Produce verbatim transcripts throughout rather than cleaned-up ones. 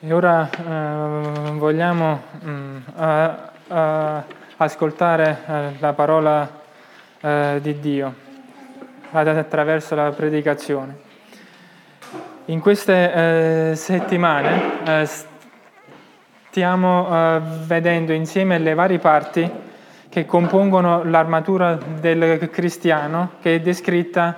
E ora eh, vogliamo mh, a, a ascoltare eh, la parola eh, di Dio attraverso la predicazione. In queste eh, settimane eh, stiamo eh, vedendo insieme le varie parti che compongono l'armatura del cristiano, che è descritta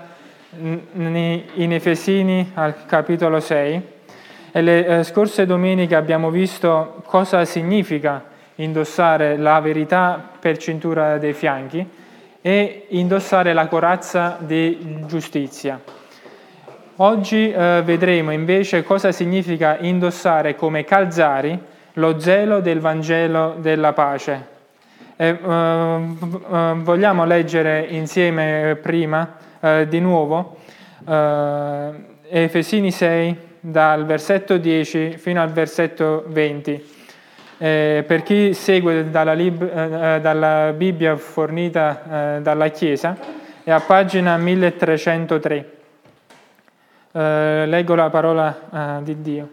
in Efesini al capitolo sei. E le eh, scorse domeniche abbiamo visto cosa significa indossare la verità per cintura dei fianchi e indossare la corazza di giustizia. Oggi eh, vedremo invece cosa significa indossare come calzari lo zelo del Vangelo della pace. E, eh, vogliamo leggere insieme prima eh, di nuovo eh, Efesini sei, dal versetto dieci fino al versetto venti. Eh, per chi segue dalla, lib- eh, dalla Bibbia fornita eh, dalla Chiesa, è a pagina milletrecentotre. Eh, leggo la parola eh, di Dio.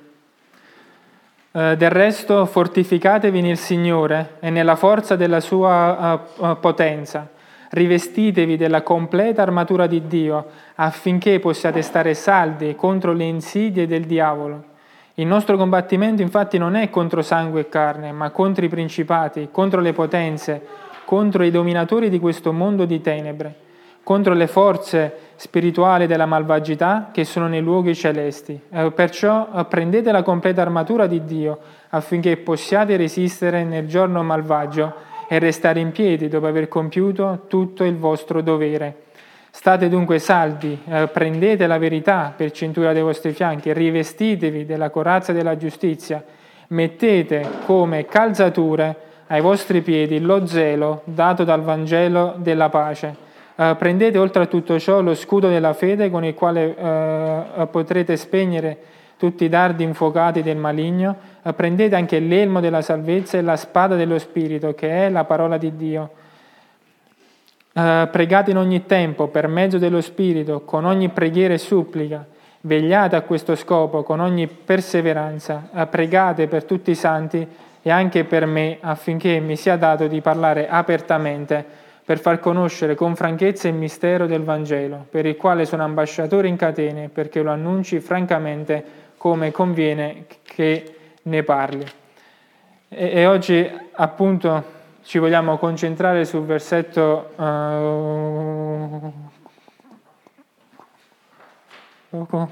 Eh, del resto fortificatevi nel Signore e nella forza della sua uh, potenza. Rivestitevi della completa armatura di Dio affinché possiate stare saldi contro le insidie del diavolo. Il nostro combattimento infatti non è contro sangue e carne, ma contro i principati, contro le potenze, contro i dominatori di questo mondo di tenebre, contro le forze spirituali della malvagità che sono nei luoghi celesti. Eh, perciò eh, prendete la completa armatura di Dio affinché possiate resistere nel giorno malvagio e restare in piedi dopo aver compiuto tutto il vostro dovere. State dunque saldi, eh, prendete la verità per cintura dei vostri fianchi, rivestitevi della corazza della giustizia, mettete come calzature ai vostri piedi lo zelo dato dal Vangelo della pace. Eh, prendete oltre a tutto ciò lo scudo della fede con il quale eh, potrete spegnere tutti i dardi infuocati del maligno. Eh, prendete anche l'elmo della salvezza e la spada dello Spirito, che è la parola di Dio. Eh, pregate in ogni tempo per mezzo dello Spirito, con ogni preghiera e supplica. Vegliate a questo scopo con ogni perseveranza. Eh, pregate per tutti i santi e anche per me, affinché mi sia dato di parlare apertamente per far conoscere con franchezza il mistero del Vangelo, per il quale sono ambasciatore in catene, perché lo annunci francamente come conviene che ne parli. E, e oggi appunto ci vogliamo concentrare sul versetto uh,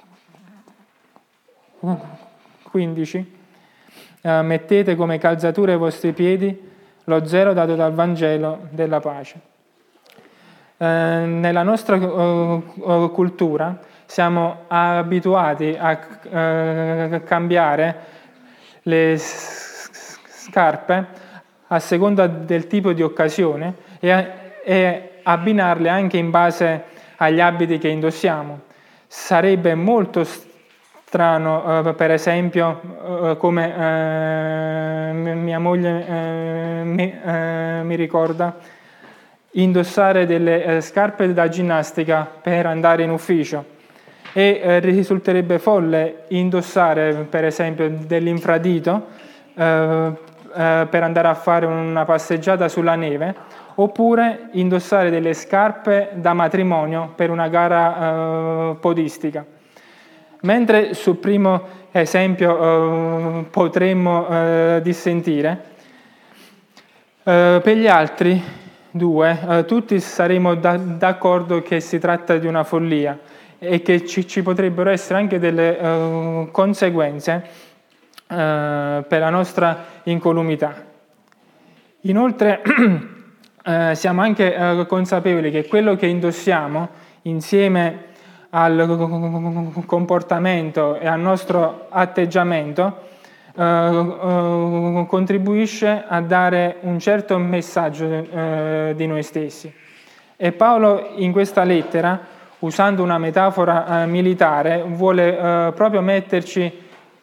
quindici. Uh, mettete come calzatura ai vostri piedi lo zelo dato dal Vangelo della pace. Uh, nella nostra uh, uh, cultura siamo abituati a uh, cambiare le scarpe a seconda del tipo di occasione e, a, e abbinarle anche in base agli abiti che indossiamo. Sarebbe molto strano, uh, per esempio, uh, come uh, mia moglie uh, mi, uh, mi ricorda, indossare delle uh, scarpe da ginnastica per andare in ufficio. E uh, risulterebbe folle indossare, per esempio, dell'infradito uh, Uh, per andare a fare una passeggiata sulla neve, oppure indossare delle scarpe da matrimonio per una gara uh, podistica. Mentre sul primo esempio uh, potremmo uh, dissentire, uh, per gli altri due uh, tutti saremo da- d'accordo che si tratta di una follia e che ci, ci potrebbero essere anche delle uh, conseguenze Uh, per la nostra incolumità. Inoltre uh, siamo anche uh, consapevoli che quello che indossiamo insieme al comportamento e al nostro atteggiamento uh, uh, contribuisce a dare un certo messaggio uh, di noi stessi. E Paolo in questa lettera, usando una metafora uh, militare, vuole uh, proprio metterci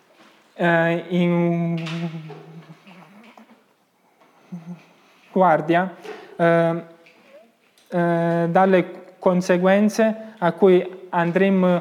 in guardia eh, eh, dalle conseguenze a cui andremo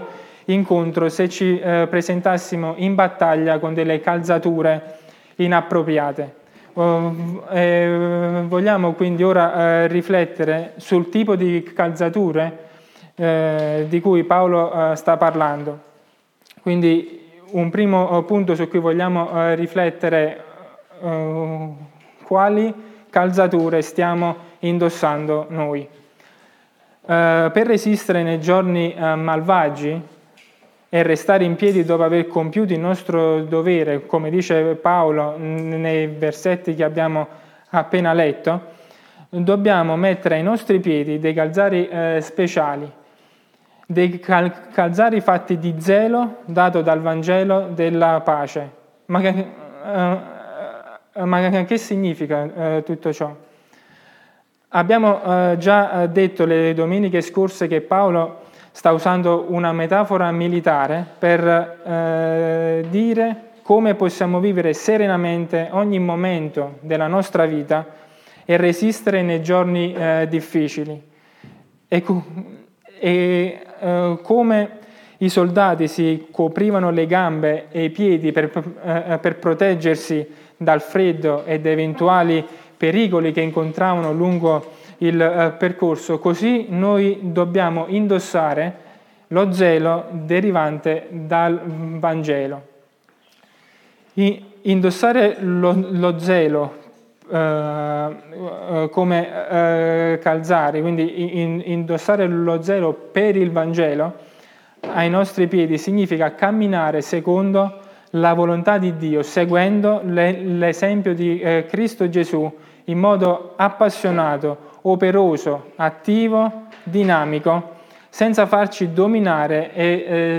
incontro se ci eh, presentassimo in battaglia con delle calzature inappropriate. Uh, eh, vogliamo quindi ora eh, riflettere sul tipo di calzature eh, di cui Paolo eh, sta parlando. Quindi un primo punto su cui vogliamo eh, riflettere eh, quali calzature stiamo indossando noi. Eh, per resistere nei giorni eh, malvagi e restare in piedi dopo aver compiuto il nostro dovere, come dice Paolo nei versetti che abbiamo appena letto, dobbiamo mettere ai nostri piedi dei calzari eh, speciali, dei cal- calzari fatti di zelo dato dal Vangelo della pace. Ma che, eh, ma che significa eh, tutto ciò? Abbiamo eh, già detto le domeniche scorse che Paolo sta usando una metafora militare per eh, dire come possiamo vivere serenamente ogni momento della nostra vita e resistere nei giorni eh, difficili. E, e eh, come i soldati si coprivano le gambe e i piedi per, eh, per proteggersi dal freddo e da eventuali pericoli che incontravano lungo il eh, percorso, così noi dobbiamo indossare lo zelo derivante dal Vangelo. I, indossare lo, lo zelo eh, eh, come eh, calzari, quindi in, indossare lo zelo per il Vangelo ai nostri piedi significa camminare secondo la volontà di Dio, seguendo le, l'esempio di eh, Cristo Gesù in modo appassionato, operoso, attivo, dinamico, senza farci dominare e eh,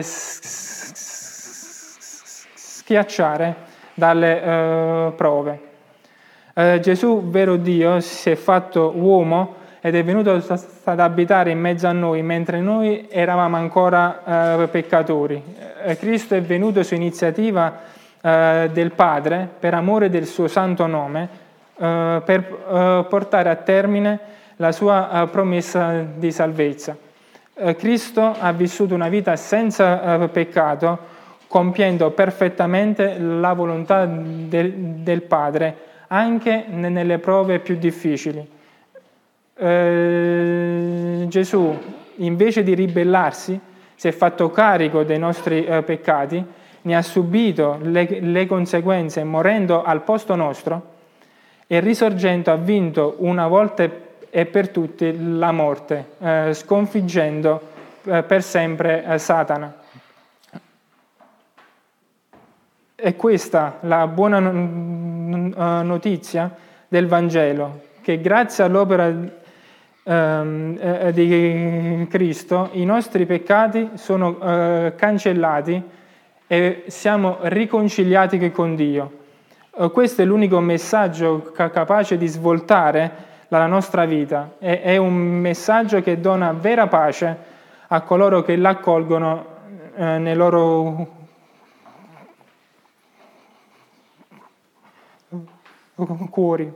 schiacciare dalle eh, prove. Eh, Gesù, vero Dio, si è fatto uomo ed è venuto ad abitare in mezzo a noi mentre noi eravamo ancora eh, peccatori. Eh, Cristo è venuto su iniziativa eh, del Padre per amore del suo santo nome, Uh, per uh, portare a termine la sua uh, promessa di salvezza. Uh, Cristo ha vissuto una vita senza uh, peccato, compiendo perfettamente la volontà del, del Padre, anche nelle prove più difficili. Uh, Gesù, invece di ribellarsi, si è fatto carico dei nostri uh, peccati, ne ha subito le, le conseguenze morendo al posto nostro, e risorgendo ha vinto una volta e per tutti la morte, eh, sconfiggendo eh, per sempre eh, Satana. È questa la buona notizia del Vangelo, che grazie all'opera eh, di Cristo i nostri peccati sono eh, cancellati e siamo riconciliati con Dio. Questo è l'unico messaggio capace di svoltare la nostra vita. È un messaggio che dona vera pace a coloro che l'accolgono eh, nei loro cuori.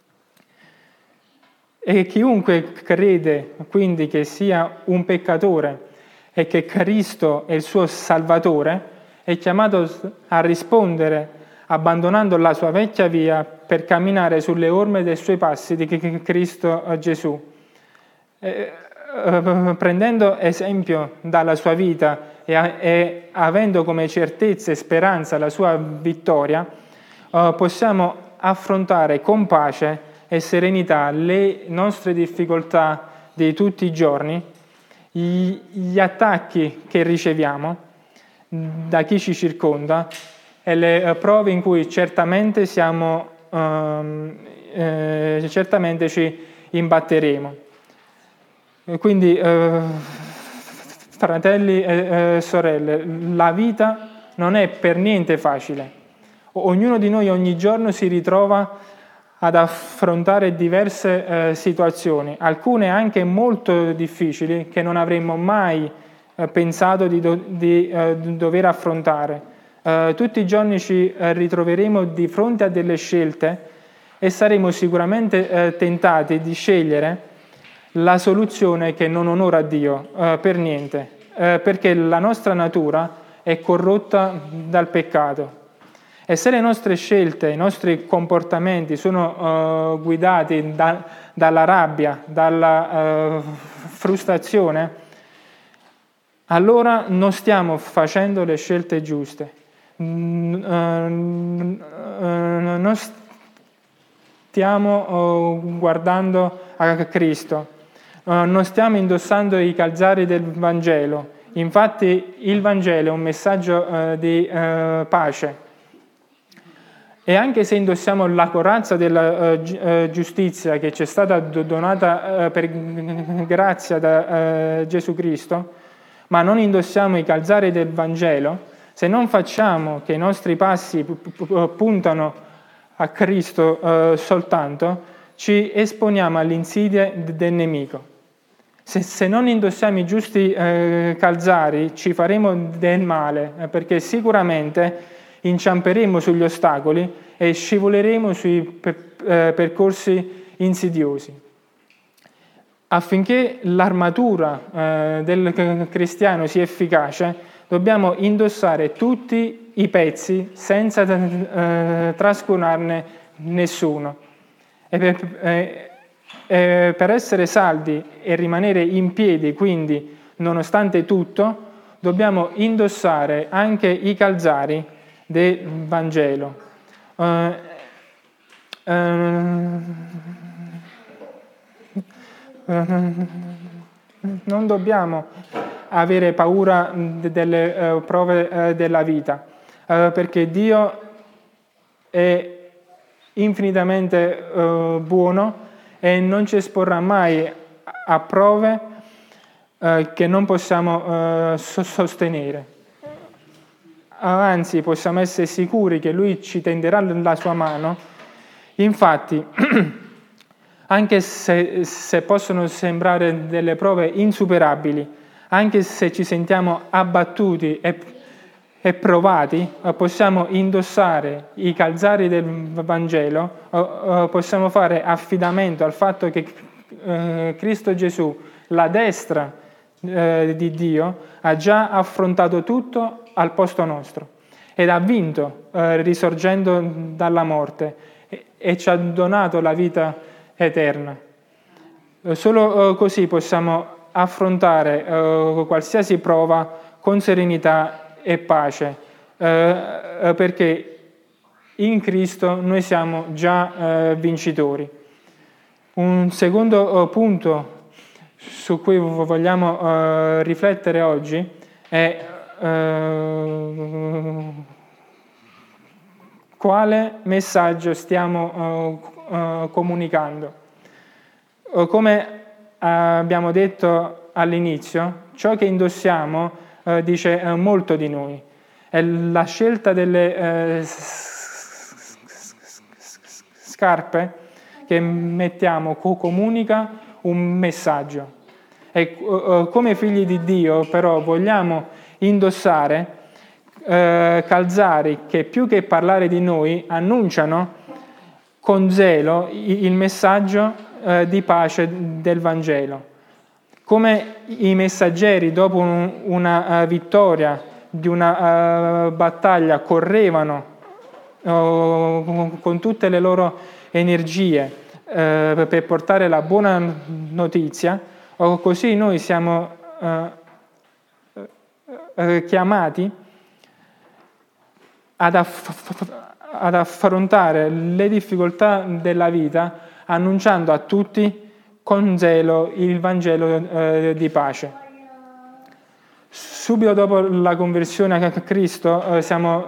E chiunque crede quindi che sia un peccatore e che Cristo è il suo Salvatore è chiamato a rispondere abbandonando la sua vecchia via per camminare sulle orme dei suoi passi di Cristo Gesù. Eh, eh, prendendo esempio dalla sua vita e, a, e avendo come certezza e speranza la sua vittoria, eh, possiamo affrontare con pace e serenità le nostre difficoltà di tutti i giorni, gli, gli attacchi che riceviamo da chi ci circonda, e le prove in cui certamente siamo um, eh, certamente ci imbatteremo. Quindi eh, fratelli e eh, sorelle, la vita non è per niente facile. Ognuno di noi ogni giorno si ritrova ad affrontare diverse eh, situazioni, alcune anche molto difficili che non avremmo mai eh, pensato di, do- di eh, dover affrontare. Uh, tutti i giorni ci uh, ritroveremo di fronte a delle scelte e saremo sicuramente uh, tentati di scegliere la soluzione che non onora Dio uh, per niente. Uh, eh, perché la nostra natura è corrotta dal peccato. E se le nostre scelte, i nostri comportamenti sono uh, guidati da, dalla rabbia, dalla uh, frustrazione, allora non stiamo facendo le scelte giuste. Non stiamo guardando a Cristo, non stiamo indossando i calzari del Vangelo. Infatti il Vangelo è un messaggio di pace. E anche se indossiamo la corazza della giustizia che ci è stata donata per grazia da Gesù Cristo, ma non indossiamo i calzari del Vangelo, se non facciamo che i nostri passi puntano a Cristo eh, soltanto, ci esponiamo alle insidie del nemico. Se, se non indossiamo i giusti eh, calzari, ci faremo del male, eh, perché sicuramente inciamperemo sugli ostacoli e scivoleremo sui per, eh, percorsi insidiosi. Affinché l'armatura eh, del cristiano sia efficace, dobbiamo indossare tutti i pezzi senza eh, trascurarne nessuno. E per, eh, eh, per essere saldi e rimanere in piedi, quindi, nonostante tutto, dobbiamo indossare anche i calzari del Vangelo. Eh, eh, Non dobbiamo avere paura delle uh, prove uh, della vita, uh, perché Dio è infinitamente uh, buono e non ci esporrà mai a prove uh, che non possiamo uh, sostenere. Anzi, possiamo essere sicuri che Lui ci tenderà la sua mano. Infatti, anche se, se possono sembrare delle prove insuperabili, anche se ci sentiamo abbattuti e, e provati, possiamo indossare i calzari del Vangelo, possiamo fare affidamento al fatto che eh, Cristo Gesù, la destra eh, di Dio, ha già affrontato tutto al posto nostro ed ha vinto eh, risorgendo dalla morte e, e ci ha donato la vita eterna. Solo così possiamo affrontare eh, qualsiasi prova con serenità e pace, eh, perché in Cristo noi siamo già eh, vincitori. Un secondo eh, punto su cui vogliamo eh, riflettere oggi è eh, quale messaggio stiamo eh, eh, comunicando. Come abbiamo detto all'inizio, ciò che indossiamo eh, dice eh, molto di noi. È la scelta delle eh, scarpe che mettiamo comunica un messaggio. E eh, come figli di Dio, però, vogliamo indossare eh, calzari che più che parlare di noi annunciano con zelo il messaggio eh, di pace del Vangelo. Come i messaggeri dopo un, una uh, vittoria di una uh, battaglia correvano uh, con tutte le loro energie uh, per portare la buona notizia, uh, così noi siamo uh, uh, chiamati ad aff- ad affrontare le difficoltà della vita annunciando a tutti con zelo il Vangelo eh, di pace. Subito dopo la conversione a Cristo eh, siamo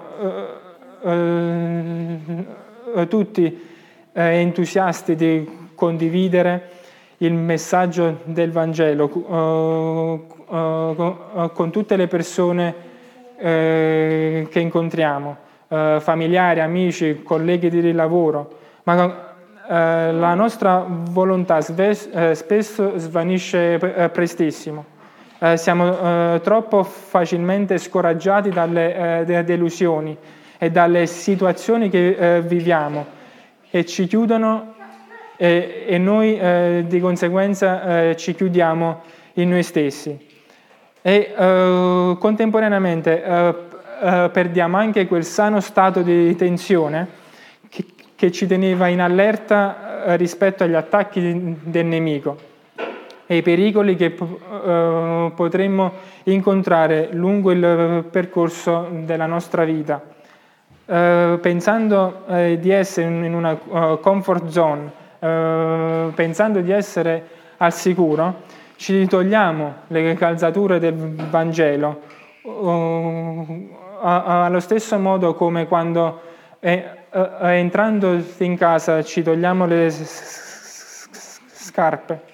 eh, eh, tutti eh, entusiasti di condividere il messaggio del Vangelo eh, eh, con tutte le persone eh, che incontriamo. Uh, familiari, amici, colleghi di lavoro, ma uh, la nostra volontà sves- uh, spesso svanisce uh, prestissimo. Uh, siamo uh, troppo facilmente scoraggiati dalle uh, de- delusioni e dalle situazioni che uh, viviamo e ci chiudono e, e noi uh, di conseguenza uh, ci chiudiamo in noi stessi. e uh, contemporaneamente uh, uh, perdiamo anche quel sano stato di tensione che, che ci teneva in allerta uh, rispetto agli attacchi del nemico e i pericoli che uh, potremmo incontrare lungo il percorso della nostra vita. Uh, pensando uh, di essere in una uh, comfort zone, uh, pensando di essere al sicuro, ci togliamo le calzature del Vangelo, uh, allo stesso modo come quando eh, uh, entrando in casa ci togliamo le scarpe.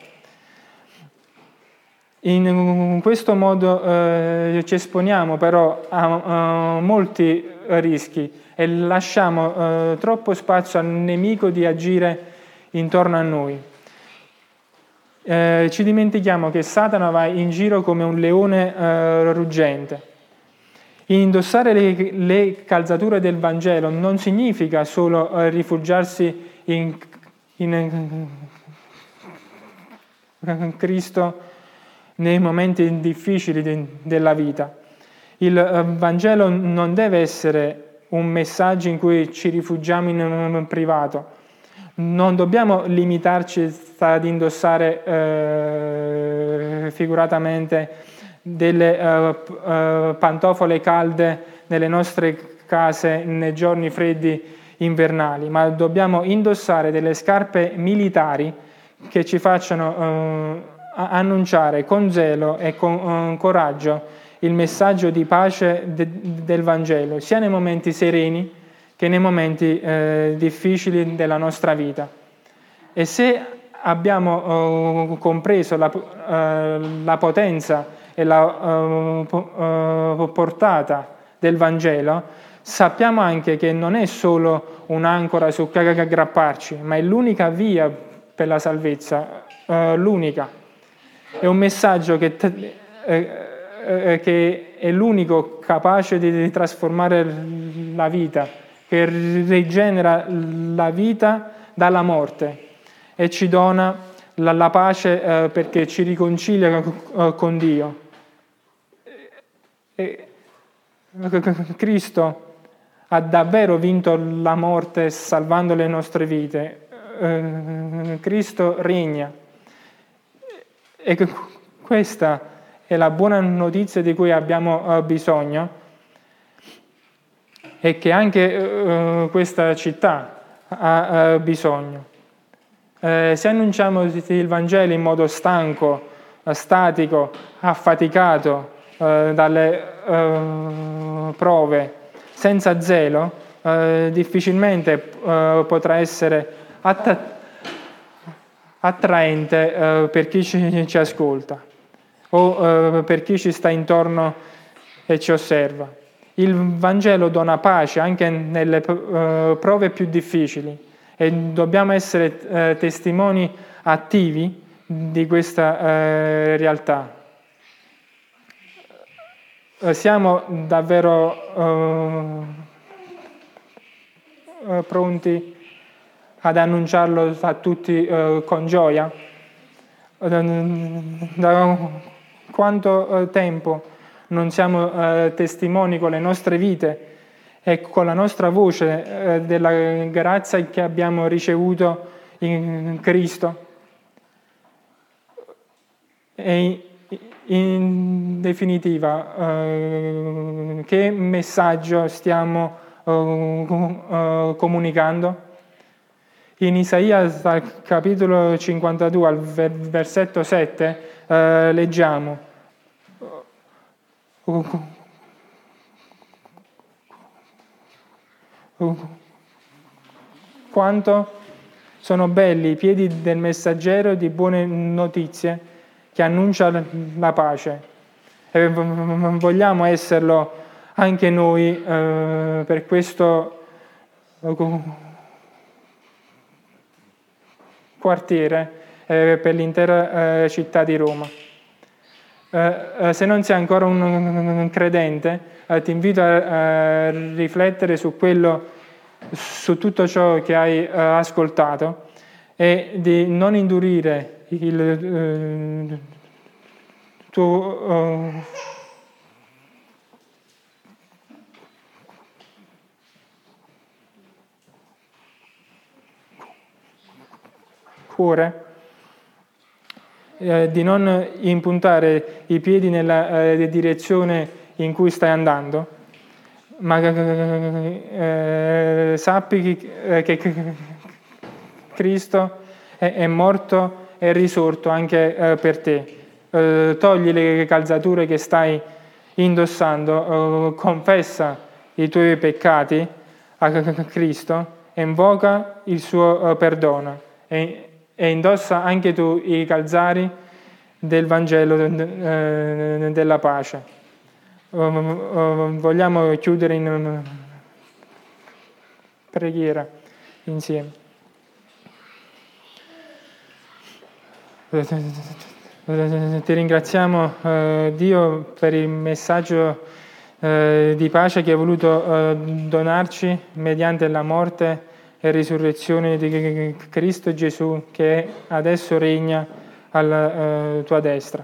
In questo modo eh, ci esponiamo però a, a molti rischi e lasciamo eh, troppo spazio al nemico di agire intorno a noi. Eh, ci dimentichiamo che Satana va in giro come un leone eh, ruggente. Indossare le, le calzature del Vangelo non significa solo eh, rifugiarsi in, in, in Cristo nei momenti difficili de, della vita. Il eh, Vangelo non deve essere un messaggio in cui ci rifugiamo in, in privato. Non dobbiamo limitarci ad indossare eh, figuratamente delle eh, eh, pantofole calde nelle nostre case nei giorni freddi invernali, ma dobbiamo indossare delle scarpe militari che ci facciano eh, annunciare con zelo e con eh, coraggio il messaggio di pace de, del Vangelo, sia nei momenti sereni che nei momenti eh, difficili della nostra vita. E se abbiamo eh, compreso la, eh, la potenza e la eh, portata del Vangelo, sappiamo anche che non è solo un'ancora su cui aggrapparci, ma è l'unica via per la salvezza, eh, l'unica. È un messaggio che, eh, eh, che è l'unico capace di, di trasformare la vita, che rigenera la vita dalla morte e ci dona la, la pace eh, perché ci riconcilia eh, con Dio. E, Cristo ha davvero vinto la morte salvando le nostre vite. Eh, Cristo regna. E questa è la buona notizia di cui abbiamo uh, bisogno e che anche uh, questa città ha uh, bisogno. Eh, se annunciamo il Vangelo in modo stanco, statico, affaticato uh, dalle uh, prove, senza zelo, uh, difficilmente uh, potrà essere attaccata attraente eh, per chi ci, ci ascolta o eh, per chi ci sta intorno e ci osserva. Il Vangelo dona pace anche nelle eh, prove più difficili e dobbiamo essere eh, testimoni attivi di questa eh, realtà. Siamo davvero eh, pronti ad annunciarlo a tutti eh, con gioia? Da quanto eh, tempo non siamo eh, testimoni con le nostre vite e con la nostra voce eh, della grazia che abbiamo ricevuto in Cristo? E in definitiva, eh, che messaggio stiamo eh, comunicando? In Isaia, al capitolo cinquantadue, al versetto sette, eh, leggiamo: quanto sono belli i piedi del messaggero di buone notizie che annuncia la pace. E vogliamo esserlo anche noi eh, per questo quartiere, eh, per l'intera eh, città di Roma. Eh, eh, se non sei ancora un, un credente, eh, ti invito a, a riflettere su quello, su tutto ciò che hai eh, ascoltato e di non indurire il, eh, tu uh, cuore, eh, di non impuntare i piedi nella eh, direzione in cui stai andando, ma eh, sappi che, che Cristo è, è morto e risorto anche eh, per te. Eh, togli le calzature che stai indossando, eh, confessa i tuoi peccati a Cristo e invoca il suo eh, perdono e, e indossa anche tu i calzari del Vangelo eh, della pace. Uh, vogliamo chiudere in preghiera insieme. Ti ringraziamo eh, Dio per il messaggio eh, di pace che hai voluto eh, donarci mediante la morte e risurrezione di Cristo Gesù, che adesso regna alla eh, tua destra.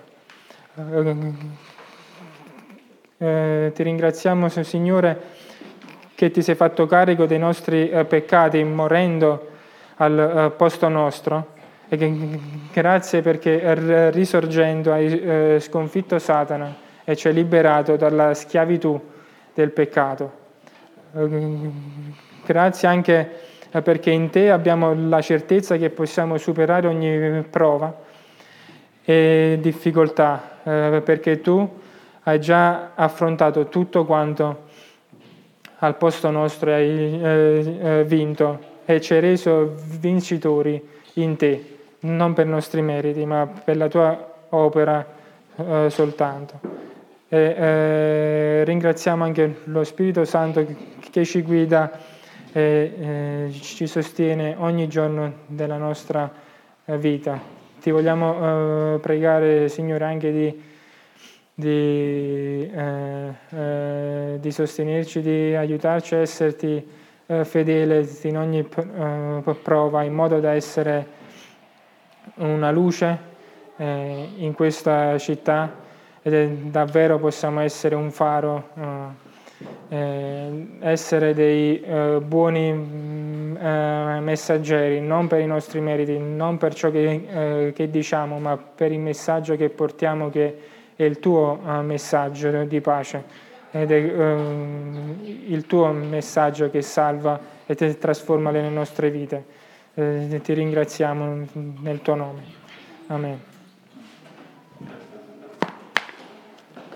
Eh, ti ringraziamo, Signore, che ti sei fatto carico dei nostri eh, peccati morendo al eh, posto nostro, e che, grazie perché risorgendo hai eh, sconfitto Satana e ci hai liberato dalla schiavitù del peccato. Eh, grazie anche eh, perché in te abbiamo la certezza che possiamo superare ogni prova e difficoltà, eh, perché tu hai già affrontato tutto quanto al posto nostro e hai eh, eh, vinto e ci hai reso vincitori in te, non per nostri meriti, ma per la tua opera eh, soltanto. E, eh, ringraziamo anche lo Spirito Santo che ci guida e eh, ci sostiene ogni giorno della nostra vita. Ti vogliamo eh, pregare, Signore, anche di Di, eh, eh, di sostenerci, di aiutarci a esserti eh, fedele in ogni eh, prova, in modo da essere una luce eh, in questa città ed davvero possiamo essere un faro, eh, eh, essere dei eh, buoni mh, eh, messaggeri, non per i nostri meriti, non per ciò che, eh, che diciamo, ma per il messaggio che portiamo, che è il tuo uh, messaggio di pace ed è uh, il tuo messaggio che salva e ti trasforma le nostre vite. Eh, ti ringraziamo nel tuo nome. Amen.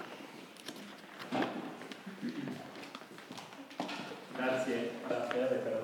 Grazie Raffaele per